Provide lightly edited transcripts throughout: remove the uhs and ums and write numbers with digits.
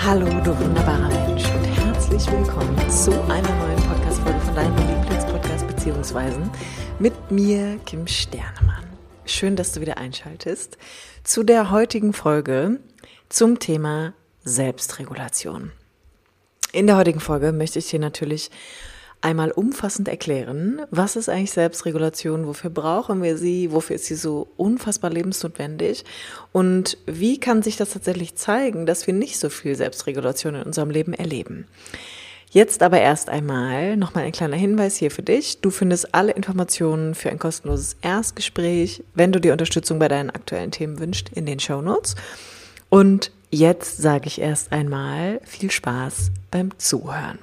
Hallo, du wunderbarer Mensch und herzlich willkommen zu einer neuen Podcast-Folge von deinem Lieblingspodcast Beziehungsweisen mit mir, Kim Sternemann. Schön, dass du wieder einschaltest zu der heutigen Folge zum Thema Selbstregulation. In der heutigen Folge möchte ich dir natürlich einmal umfassend erklären, was ist eigentlich Selbstregulation, wofür brauchen wir sie, wofür ist sie so unfassbar lebensnotwendig und wie kann sich das tatsächlich zeigen, dass wir nicht so viel Selbstregulation in unserem Leben erleben. Jetzt aber erst einmal nochmal ein kleiner Hinweis hier für dich. Du findest alle Informationen für ein kostenloses Erstgespräch, wenn du dir Unterstützung bei deinen aktuellen Themen wünschst, in den Shownotes. Und jetzt sage ich erst einmal viel Spaß beim Zuhören.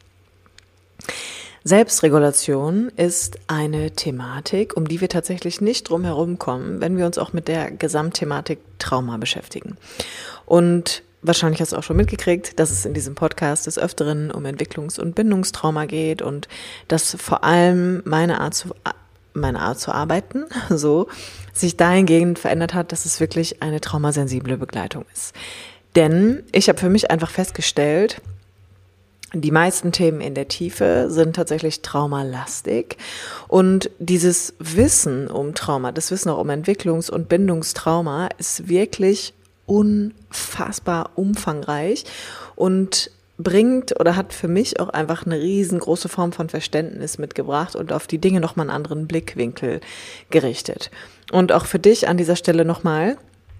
Selbstregulation ist eine Thematik, um die wir tatsächlich nicht drum herum kommen, wenn wir uns auch mit der Gesamtthematik Trauma beschäftigen. Und wahrscheinlich hast du auch schon mitgekriegt, dass es in diesem Podcast des Öfteren um Entwicklungs- und Bindungstrauma geht und dass vor allem meine Art zu arbeiten so sich dahingehend verändert hat, dass es wirklich eine traumasensible Begleitung ist. Denn ich habe für mich einfach festgestellt, die meisten Themen in der Tiefe sind tatsächlich traumalastig und dieses Wissen um Trauma, das Wissen auch um Entwicklungs- und Bindungstrauma ist wirklich unfassbar umfangreich und bringt oder hat für mich auch einfach eine riesengroße Form von Verständnis mitgebracht und auf die Dinge nochmal einen anderen Blickwinkel gerichtet. Und auch für dich an dieser Stelle nochmal: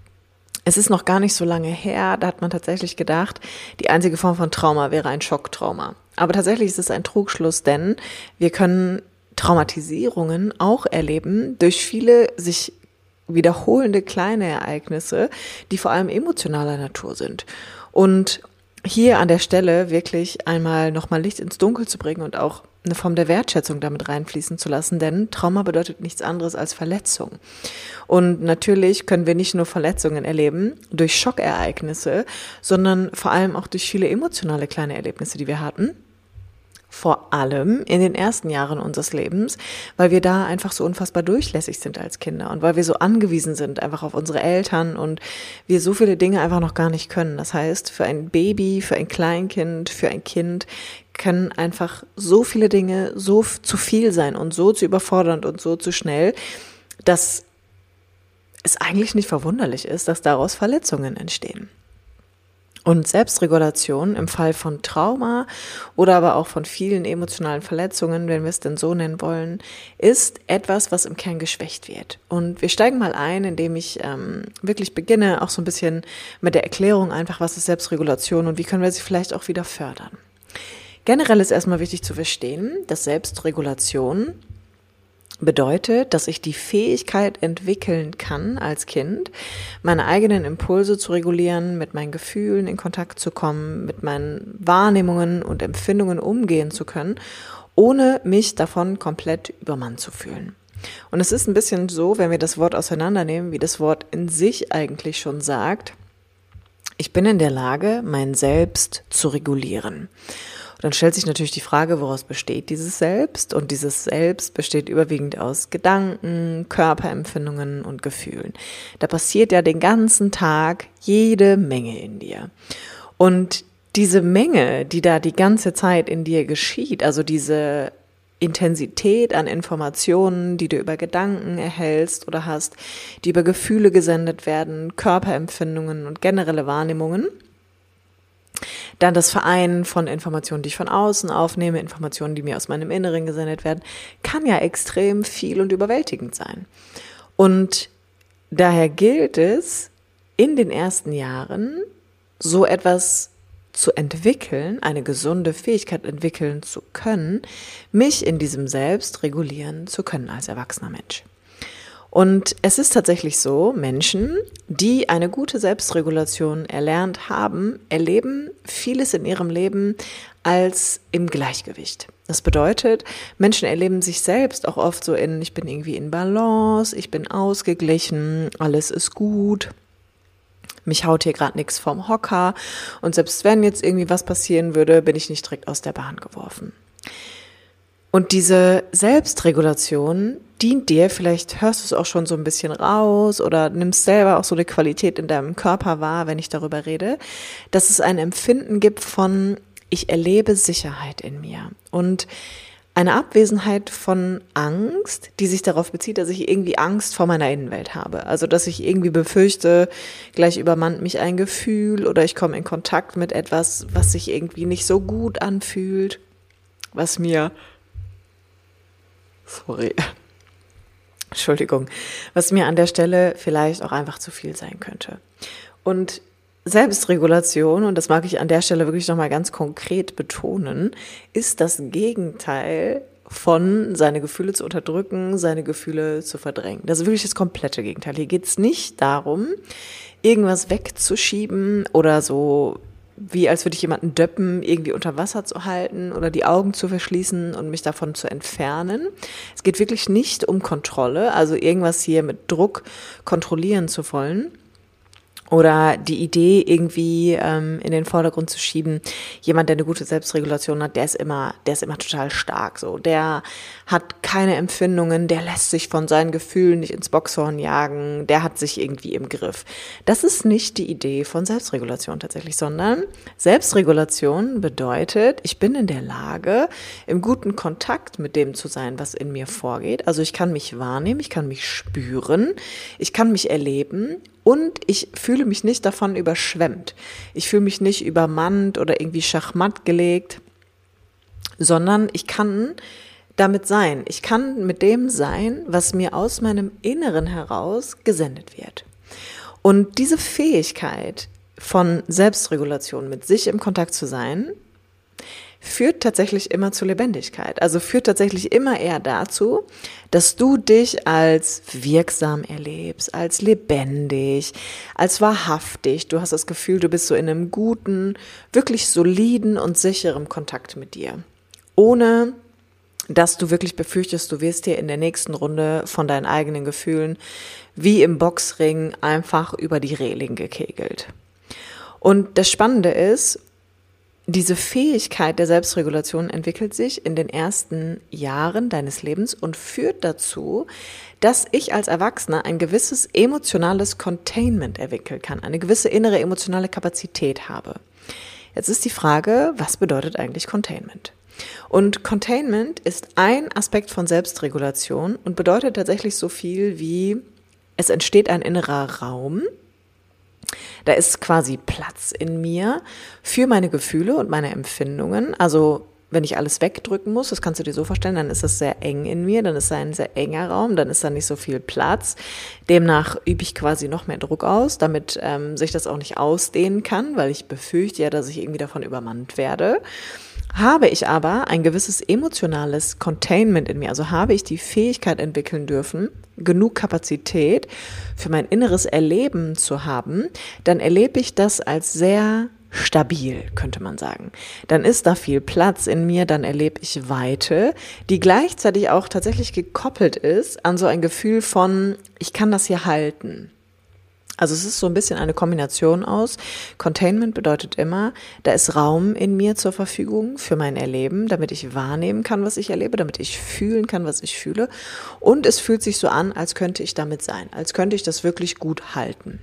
Es ist noch gar nicht so lange her, da hat man tatsächlich gedacht, die einzige Form von Trauma wäre ein Schocktrauma. Aber tatsächlich ist es ein Trugschluss, denn wir können Traumatisierungen auch erleben durch viele sich wiederholende kleine Ereignisse, die vor allem emotionaler Natur sind. Und hier an der Stelle wirklich einmal nochmal Licht ins Dunkel zu bringen und auch eine Form der Wertschätzung damit reinfließen zu lassen, denn Trauma bedeutet nichts anderes als Verletzung. Und natürlich können wir nicht nur Verletzungen erleben durch Schockereignisse, sondern vor allem auch durch viele emotionale kleine Erlebnisse, die wir hatten. Vor allem in den ersten Jahren unseres Lebens, weil wir da einfach so unfassbar durchlässig sind als Kinder und weil wir so angewiesen sind einfach auf unsere Eltern und wir so viele Dinge einfach noch gar nicht können. Das heißt, für ein Baby, für ein Kleinkind, für ein Kind können einfach so viele Dinge so zu viel sein und so zu überfordernd und so zu schnell, dass es eigentlich nicht verwunderlich ist, dass daraus Verletzungen entstehen. Und Selbstregulation im Fall von Trauma oder aber auch von vielen emotionalen Verletzungen, wenn wir es denn so nennen wollen, ist etwas, was im Kern geschwächt wird. Und wir steigen mal ein, indem ich wirklich beginne, auch so ein bisschen mit der Erklärung einfach, was ist Selbstregulation und wie können wir sie vielleicht auch wieder fördern. Generell ist erstmal wichtig zu verstehen, dass Selbstregulation bedeutet, dass ich die Fähigkeit entwickeln kann als Kind, meine eigenen Impulse zu regulieren, mit meinen Gefühlen in Kontakt zu kommen, mit meinen Wahrnehmungen und Empfindungen umgehen zu können, ohne mich davon komplett übermannt zu fühlen. Und es ist ein bisschen so, wenn wir das Wort auseinandernehmen, wie das Wort in sich eigentlich schon sagt: Ich bin in der Lage, mein Selbst zu regulieren. Dann stellt sich natürlich die Frage, woraus besteht dieses Selbst? Und dieses Selbst besteht überwiegend aus Gedanken, Körperempfindungen und Gefühlen. Da passiert ja den ganzen Tag jede Menge in dir. Und diese Menge, die da die ganze Zeit in dir geschieht, also diese Intensität an Informationen, die du über Gedanken erhältst oder hast, die über Gefühle gesendet werden, Körperempfindungen und generelle Wahrnehmungen, dann das Vereinen von Informationen, die ich von außen aufnehme, Informationen, die mir aus meinem Inneren gesendet werden, kann ja extrem viel und überwältigend sein. Und daher gilt es, in den ersten Jahren so etwas zu entwickeln, eine gesunde Fähigkeit entwickeln zu können, mich in diesem Selbst regulieren zu können als erwachsener Mensch. Und es ist tatsächlich so, Menschen, die eine gute Selbstregulation erlernt haben, erleben vieles in ihrem Leben als im Gleichgewicht. Das bedeutet, Menschen erleben sich selbst auch oft so ich bin irgendwie in Balance, ich bin ausgeglichen, alles ist gut. Mich haut hier gerade nichts vom Hocker und selbst wenn jetzt irgendwie was passieren würde, bin ich nicht direkt aus der Bahn geworfen. Und diese Selbstregulation, dient dir, vielleicht hörst du es auch schon so ein bisschen raus oder nimmst selber auch so eine Qualität in deinem Körper wahr, wenn ich darüber rede, dass es ein Empfinden gibt von, ich erlebe Sicherheit in mir und eine Abwesenheit von Angst, die sich darauf bezieht, dass ich irgendwie Angst vor meiner Innenwelt habe. Also, dass ich irgendwie befürchte, gleich übermannt mich ein Gefühl oder ich komme in Kontakt mit etwas, was sich irgendwie nicht so gut anfühlt, was mir, was mir an der Stelle vielleicht auch einfach zu viel sein könnte. Und Selbstregulation, und das mag ich an der Stelle wirklich nochmal ganz konkret betonen, ist das Gegenteil von seine Gefühle zu unterdrücken, seine Gefühle zu verdrängen. Das ist wirklich das komplette Gegenteil. Hier geht es nicht darum, irgendwas wegzuschieben oder so, wie als würde ich jemanden döppen, irgendwie unter Wasser zu halten oder die Augen zu verschließen und mich davon zu entfernen. Es geht wirklich nicht um Kontrolle, also irgendwas hier mit Druck kontrollieren zu wollen. Oder die Idee irgendwie in den Vordergrund zu schieben, jemand, der eine gute Selbstregulation hat, der ist immer total stark. So, der hat keine Empfindungen, der lässt sich von seinen Gefühlen nicht ins Boxhorn jagen, der hat sich irgendwie im Griff. Das ist nicht die Idee von Selbstregulation tatsächlich, sondern Selbstregulation bedeutet, ich bin in der Lage, im guten Kontakt mit dem zu sein, was in mir vorgeht. Also ich kann mich wahrnehmen, ich kann mich spüren, ich kann mich erleben. Und ich fühle mich nicht davon überschwemmt. Ich fühle mich nicht übermannt oder irgendwie schachmatt gelegt, sondern ich kann damit sein. Ich kann mit dem sein, was mir aus meinem Inneren heraus gesendet wird. Und diese Fähigkeit von Selbstregulation, mit sich im Kontakt zu sein, führt tatsächlich immer zu Lebendigkeit. Also führt tatsächlich immer eher dazu, dass du dich als wirksam erlebst, als lebendig, als wahrhaftig. Du hast das Gefühl, du bist so in einem guten, wirklich soliden und sicheren Kontakt mit dir. Ohne, dass du wirklich befürchtest, du wirst dir in der nächsten Runde von deinen eigenen Gefühlen wie im Boxring einfach über die Reling gekegelt. Und das Spannende ist, diese Fähigkeit der Selbstregulation entwickelt sich in den ersten Jahren deines Lebens und führt dazu, dass ich als Erwachsener ein gewisses emotionales Containment entwickeln kann, eine gewisse innere emotionale Kapazität habe. Jetzt ist die Frage, was bedeutet eigentlich Containment? Und Containment ist ein Aspekt von Selbstregulation und bedeutet tatsächlich so viel wie, es entsteht ein innerer Raum. Da ist quasi Platz in mir für meine Gefühle und meine Empfindungen. Also wenn ich alles wegdrücken muss, das kannst du dir so vorstellen, dann ist das sehr eng in mir, dann ist da ein sehr enger Raum, dann ist da nicht so viel Platz. Demnach übe ich quasi noch mehr Druck aus, damit sich das auch nicht ausdehnen kann, weil ich befürchte ja, dass ich irgendwie davon übermannt werde. Habe ich aber ein gewisses emotionales Containment in mir, also habe ich die Fähigkeit entwickeln dürfen, genug Kapazität für mein inneres Erleben zu haben, dann erlebe ich das als sehr stabil, könnte man sagen. Dann ist da viel Platz in mir, dann erlebe ich Weite, die gleichzeitig auch tatsächlich gekoppelt ist an so ein Gefühl von, ich kann das hier halten. Also es ist so ein bisschen eine Kombination aus. Containment bedeutet immer, da ist Raum in mir zur Verfügung für mein Erleben, damit ich wahrnehmen kann, was ich erlebe, damit ich fühlen kann, was ich fühle. Und es fühlt sich so an, als könnte ich damit sein, als könnte ich das wirklich gut halten.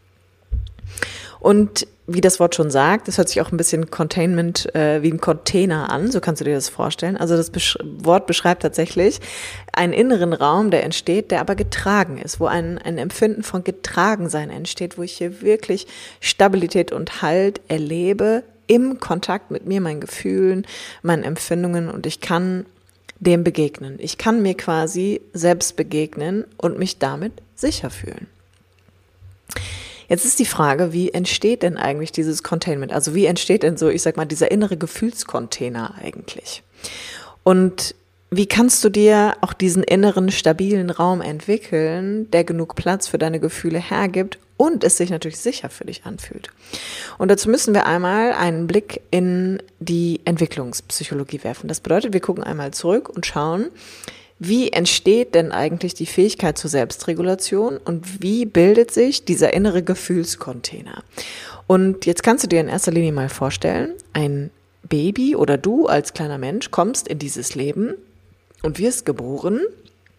Und wie das Wort schon sagt, das hört sich auch ein bisschen Containment wie ein Container an, so kannst du dir das vorstellen. Also das Wort beschreibt tatsächlich einen inneren Raum, der entsteht, der aber getragen ist, wo ein Empfinden von Getragensein entsteht, wo ich hier wirklich Stabilität und Halt erlebe im Kontakt mit mir, meinen Gefühlen, meinen Empfindungen und ich kann dem begegnen. Ich kann mir quasi selbst begegnen und mich damit sicher fühlen. Jetzt ist die Frage, wie entsteht denn eigentlich dieses Containment? Also wie entsteht denn so, ich sag mal, dieser innere Gefühlscontainer eigentlich? Und wie kannst du dir auch diesen inneren, stabilen Raum entwickeln, der genug Platz für deine Gefühle hergibt und es sich natürlich sicher für dich anfühlt? Und dazu müssen wir einmal einen Blick in die Entwicklungspsychologie werfen. Das bedeutet, wir gucken einmal zurück und schauen, wie entsteht denn eigentlich die Fähigkeit zur Selbstregulation und wie bildet sich dieser innere Gefühlscontainer? Und jetzt kannst du dir in erster Linie mal vorstellen, ein Baby oder du als kleiner Mensch kommst in dieses Leben und wirst geboren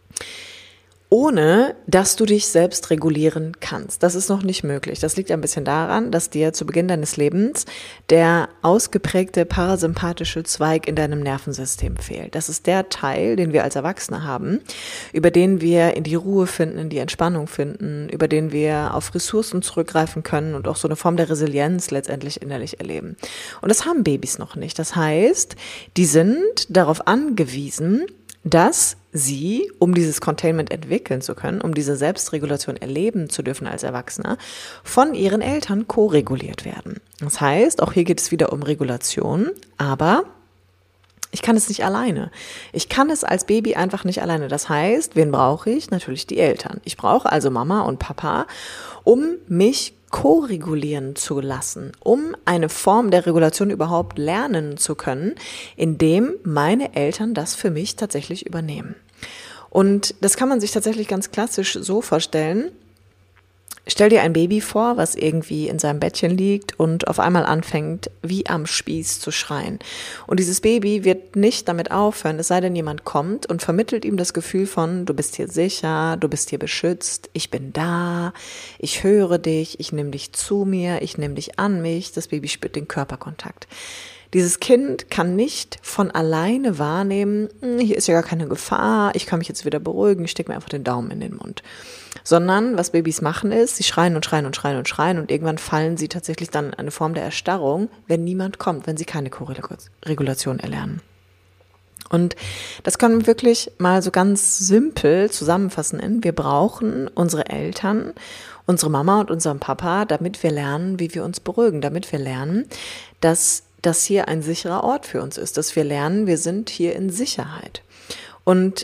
ohne dass du dich selbst regulieren kannst. Das ist noch nicht möglich. Das liegt ein bisschen daran, dass dir zu Beginn deines Lebens der ausgeprägte parasympathische Zweig in deinem Nervensystem fehlt. Das ist der Teil, den wir als Erwachsene haben, über den wir in die Ruhe finden, in die Entspannung finden, über den wir auf Ressourcen zurückgreifen können und auch so eine Form der Resilienz letztendlich innerlich erleben. Und das haben Babys noch nicht. Das heißt, die sind darauf angewiesen, dass sie, um dieses Containment entwickeln zu können, um diese Selbstregulation erleben zu dürfen als Erwachsener, von ihren Eltern ko-reguliert werden. Das heißt, auch hier geht es wieder um Regulation, aber ich kann es nicht alleine. Ich kann es als Baby einfach nicht alleine. Das heißt, wen brauche ich? Natürlich die Eltern. Ich brauche also Mama und Papa, um mich ko-regulieren zu lassen, um eine Form der Regulation überhaupt lernen zu können, indem meine Eltern das für mich tatsächlich übernehmen. Und das kann man sich tatsächlich ganz klassisch so vorstellen. Stell dir ein Baby vor, was irgendwie in seinem Bettchen liegt und auf einmal anfängt, wie am Spieß zu schreien. Und dieses Baby wird nicht damit aufhören, es sei denn, jemand kommt und vermittelt ihm das Gefühl von, du bist hier sicher, du bist hier beschützt, ich bin da, ich höre dich, ich nehme dich zu mir, ich nehme dich an mich. Das Baby spürt den Körperkontakt. Dieses Kind kann nicht von alleine wahrnehmen, hier ist ja gar keine Gefahr, ich kann mich jetzt wieder beruhigen, ich stecke mir einfach den Daumen in den Mund. Sondern was Babys machen ist, sie schreien und schreien und schreien und schreien und irgendwann fallen sie tatsächlich dann in eine Form der Erstarrung, wenn niemand kommt, wenn sie keine Ko-Regulation erlernen. Und das können wir wirklich mal so ganz simpel zusammenfassen in, wir brauchen unsere Eltern, unsere Mama und unseren Papa, damit wir lernen, wie wir uns beruhigen, damit wir lernen, dass das hier ein sicherer Ort für uns ist, dass wir lernen, wir sind hier in Sicherheit. Und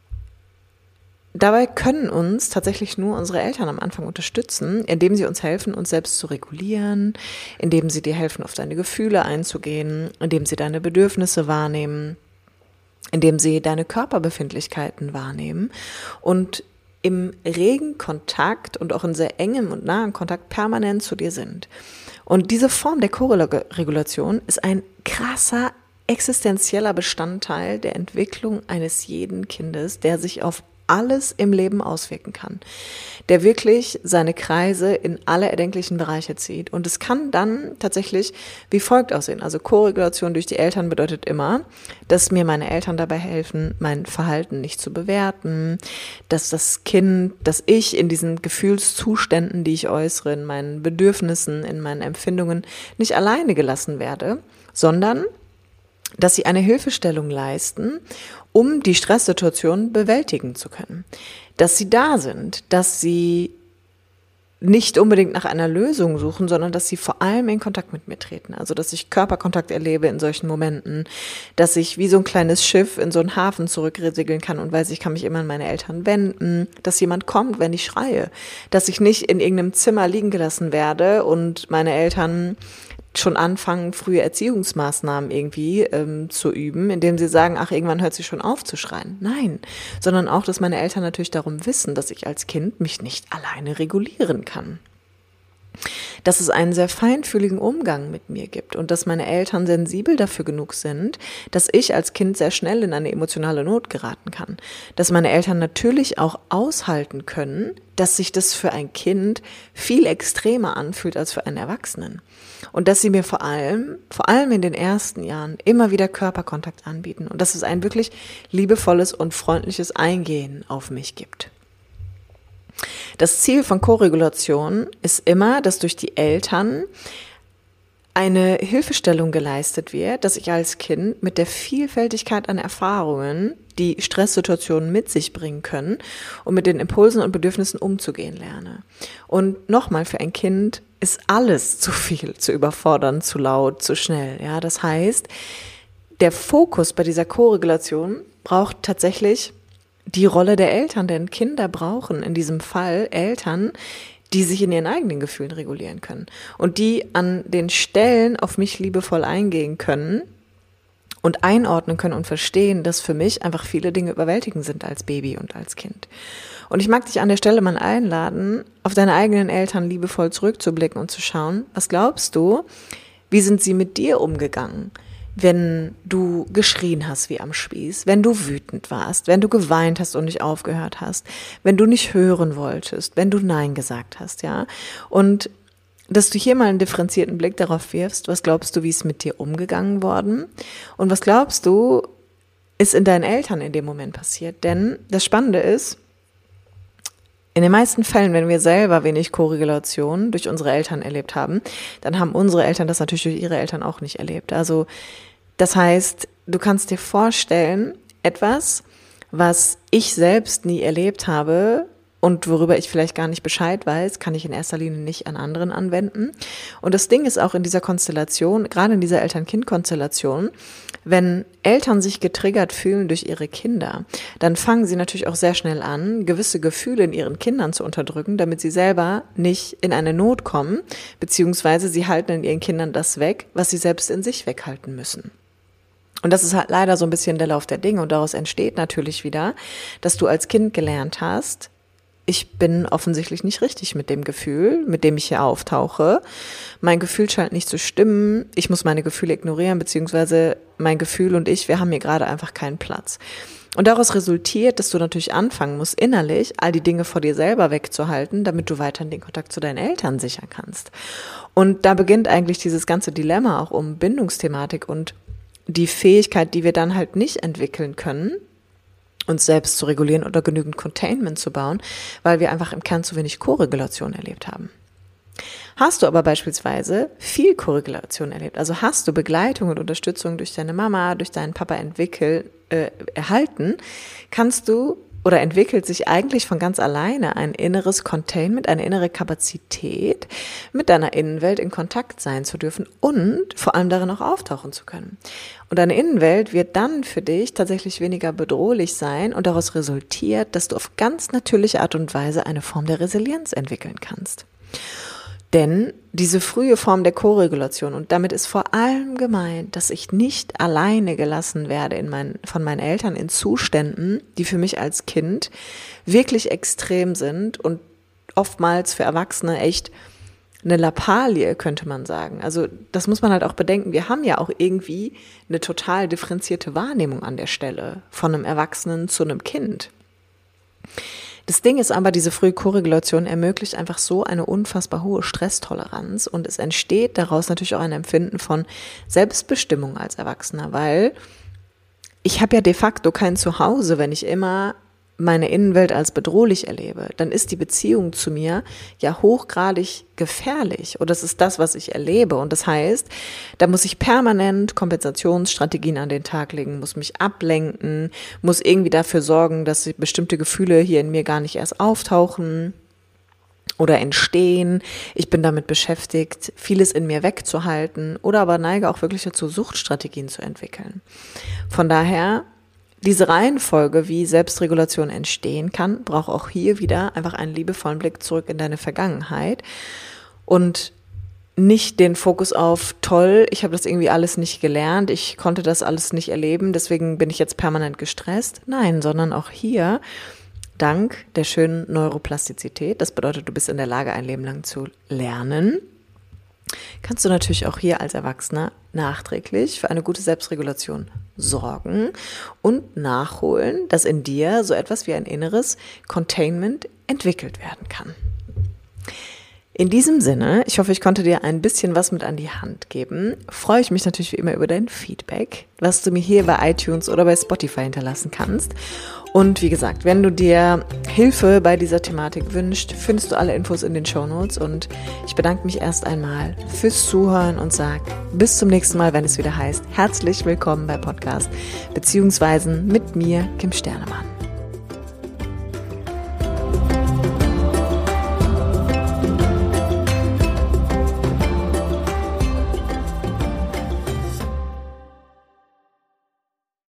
dabei können uns tatsächlich nur unsere Eltern am Anfang unterstützen, indem sie uns helfen, uns selbst zu regulieren, indem sie dir helfen, auf deine Gefühle einzugehen, indem sie deine Bedürfnisse wahrnehmen, indem sie deine Körperbefindlichkeiten wahrnehmen und im regen Kontakt und auch in sehr engem und nahen Kontakt permanent zu dir sind. Und diese Form der Ko-Regulation ist ein krasser, existenzieller Bestandteil der Entwicklung eines jeden Kindes, der sich auf alles im Leben auswirken kann, der wirklich seine Kreise in alle erdenklichen Bereiche zieht. Und es kann dann tatsächlich wie folgt aussehen. Also Ko-Regulation durch die Eltern bedeutet immer, dass mir meine Eltern dabei helfen, mein Verhalten nicht zu bewerten, dass das Kind, dass ich in diesen Gefühlszuständen, die ich äußere, in meinen Bedürfnissen, in meinen Empfindungen nicht alleine gelassen werde, sondern dass sie eine Hilfestellung leisten, um die Stresssituation bewältigen zu können. Dass sie da sind, dass sie nicht unbedingt nach einer Lösung suchen, sondern dass sie vor allem in Kontakt mit mir treten. Also, dass ich Körperkontakt erlebe in solchen Momenten, dass ich wie so ein kleines Schiff in so einen Hafen zurücksegeln kann und weiß, ich kann mich immer an meine Eltern wenden, dass jemand kommt, wenn ich schreie, dass ich nicht in irgendeinem Zimmer liegen gelassen werde und meine Eltern schon anfangen, frühe Erziehungsmaßnahmen irgendwie zu üben, indem sie sagen, ach, irgendwann hört sie schon auf zu schreien. Nein, sondern auch, dass meine Eltern natürlich darum wissen, dass ich als Kind mich nicht alleine regulieren kann. Dass es einen sehr feinfühligen Umgang mit mir gibt und dass meine Eltern sensibel dafür genug sind, dass ich als Kind sehr schnell in eine emotionale Not geraten kann. Dass meine Eltern natürlich auch aushalten können, dass sich das für ein Kind viel extremer anfühlt als für einen Erwachsenen. Und dass sie mir vor allem in den ersten Jahren immer wieder Körperkontakt anbieten und dass es ein wirklich liebevolles und freundliches Eingehen auf mich gibt. Das Ziel von Ko-Regulation ist immer, dass durch die Eltern eine Hilfestellung geleistet wird, dass ich als Kind mit der Vielfältigkeit an Erfahrungen, die Stresssituationen mit sich bringen können, und mit den Impulsen und Bedürfnissen umzugehen lerne. Und nochmal, für ein Kind ist alles zu viel, zu überfordern, zu laut, zu schnell. Ja, das heißt, der Fokus bei dieser Ko-Regulation braucht tatsächlich die Rolle der Eltern, denn Kinder brauchen in diesem Fall Eltern, die sich in ihren eigenen Gefühlen regulieren können und die an den Stellen auf mich liebevoll eingehen können und einordnen können und verstehen, dass für mich einfach viele Dinge überwältigend sind als Baby und als Kind. Und ich mag dich an der Stelle mal einladen, auf deine eigenen Eltern liebevoll zurückzublicken und zu schauen, was glaubst du, wie sind sie mit dir umgegangen? wenn du geschrien hast wie am Spieß, wenn du wütend warst, wenn du geweint hast und nicht aufgehört hast, wenn du nicht hören wolltest, wenn du Nein gesagt hast, ja. Und dass du hier mal einen differenzierten Blick darauf wirfst, was glaubst du, wie es mit dir umgegangen worden? Und was glaubst du, ist in deinen Eltern in dem Moment passiert? Denn das Spannende ist, in den meisten Fällen, wenn wir selber wenig Korrelation durch unsere Eltern erlebt haben, dann haben unsere Eltern das natürlich durch ihre Eltern auch nicht erlebt. Also das heißt, du kannst dir vorstellen, etwas, was ich selbst nie erlebt habe und worüber ich vielleicht gar nicht Bescheid weiß, kann ich in erster Linie nicht an anderen anwenden. Und das Ding ist auch in dieser Konstellation, gerade in dieser Eltern-Kind-Konstellation, wenn Eltern sich getriggert fühlen durch ihre Kinder, dann fangen sie natürlich auch sehr schnell an, gewisse Gefühle in ihren Kindern zu unterdrücken, damit sie selber nicht in eine Not kommen, beziehungsweise sie halten in ihren Kindern das weg, was sie selbst in sich weghalten müssen. Und das ist halt leider so ein bisschen der Lauf der Dinge und daraus entsteht natürlich wieder, dass du als Kind gelernt hast, ich bin offensichtlich nicht richtig mit dem Gefühl, mit dem ich hier auftauche. Mein Gefühl scheint nicht zu stimmen. Ich muss meine Gefühle ignorieren, beziehungsweise mein Gefühl und ich, wir haben hier gerade einfach keinen Platz. Und daraus resultiert, dass du natürlich anfangen musst, innerlich all die Dinge vor dir selber wegzuhalten, damit du weiterhin den Kontakt zu deinen Eltern sichern kannst. Und da beginnt eigentlich dieses ganze Dilemma auch um Bindungsthematik und die Fähigkeit, die wir dann halt nicht entwickeln können, uns selbst zu regulieren oder genügend Containment zu bauen, weil wir einfach im Kern zu wenig Korregulation erlebt haben. Hast du aber beispielsweise viel Korregulation erlebt, also hast du Begleitung und Unterstützung durch deine Mama, durch deinen Papa erhalten, kannst du oder entwickelt sich eigentlich von ganz alleine ein inneres Containment, eine innere Kapazität, mit deiner Innenwelt in Kontakt sein zu dürfen und vor allem darin auch auftauchen zu können. Und deine Innenwelt wird dann für dich tatsächlich weniger bedrohlich sein und daraus resultiert, dass du auf ganz natürliche Art und Weise eine Form der Resilienz entwickeln kannst. Denn diese frühe Form der Koregulation, und damit ist vor allem gemeint, dass ich nicht alleine gelassen werde von meinen Eltern in Zuständen, die für mich als Kind wirklich extrem sind und oftmals für Erwachsene echt eine Lappalie, könnte man sagen. Also das muss man halt auch bedenken. Wir haben ja auch irgendwie eine total differenzierte Wahrnehmung an der Stelle von einem Erwachsenen zu einem Kind. Das Ding ist aber, diese frühe Koregulation ermöglicht einfach so eine unfassbar hohe Stresstoleranz und es entsteht daraus natürlich auch ein Empfinden von Selbstbestimmung als Erwachsener, weil ich habe ja de facto kein Zuhause, wenn ich immer meine Innenwelt als bedrohlich erlebe, dann ist die Beziehung zu mir ja hochgradig gefährlich oder das ist das, was ich erlebe und das heißt, da muss ich permanent Kompensationsstrategien an den Tag legen, muss mich ablenken, muss irgendwie dafür sorgen, dass bestimmte Gefühle hier in mir gar nicht erst auftauchen oder entstehen. Ich bin damit beschäftigt, vieles in mir wegzuhalten oder aber neige auch wirklich dazu, Suchtstrategien zu entwickeln. Von daher diese Reihenfolge, wie Selbstregulation entstehen kann, braucht auch hier wieder einfach einen liebevollen Blick zurück in deine Vergangenheit und nicht den Fokus auf, toll, ich habe das irgendwie alles nicht gelernt, ich konnte das alles nicht erleben, deswegen bin ich jetzt permanent gestresst. Nein, sondern auch hier, dank der schönen Neuroplastizität, das bedeutet, du bist in der Lage, ein Leben lang zu lernen, kannst du natürlich auch hier als Erwachsener nachträglich für eine gute Selbstregulation sorgen und nachholen, dass in dir so etwas wie ein inneres Containment entwickelt werden kann. In diesem Sinne, ich hoffe, ich konnte dir ein bisschen was mit an die Hand geben. Freue ich mich natürlich wie immer über dein Feedback, was du mir hier bei iTunes oder bei Spotify hinterlassen kannst. Und wie gesagt, wenn du dir Hilfe bei dieser Thematik wünschst, findest du alle Infos in den Shownotes. Und ich bedanke mich erst einmal fürs Zuhören und sage bis zum nächsten Mal, wenn es wieder heißt, herzlich willkommen bei Podcast, beziehungsweise mit mir, Kim Sternemann.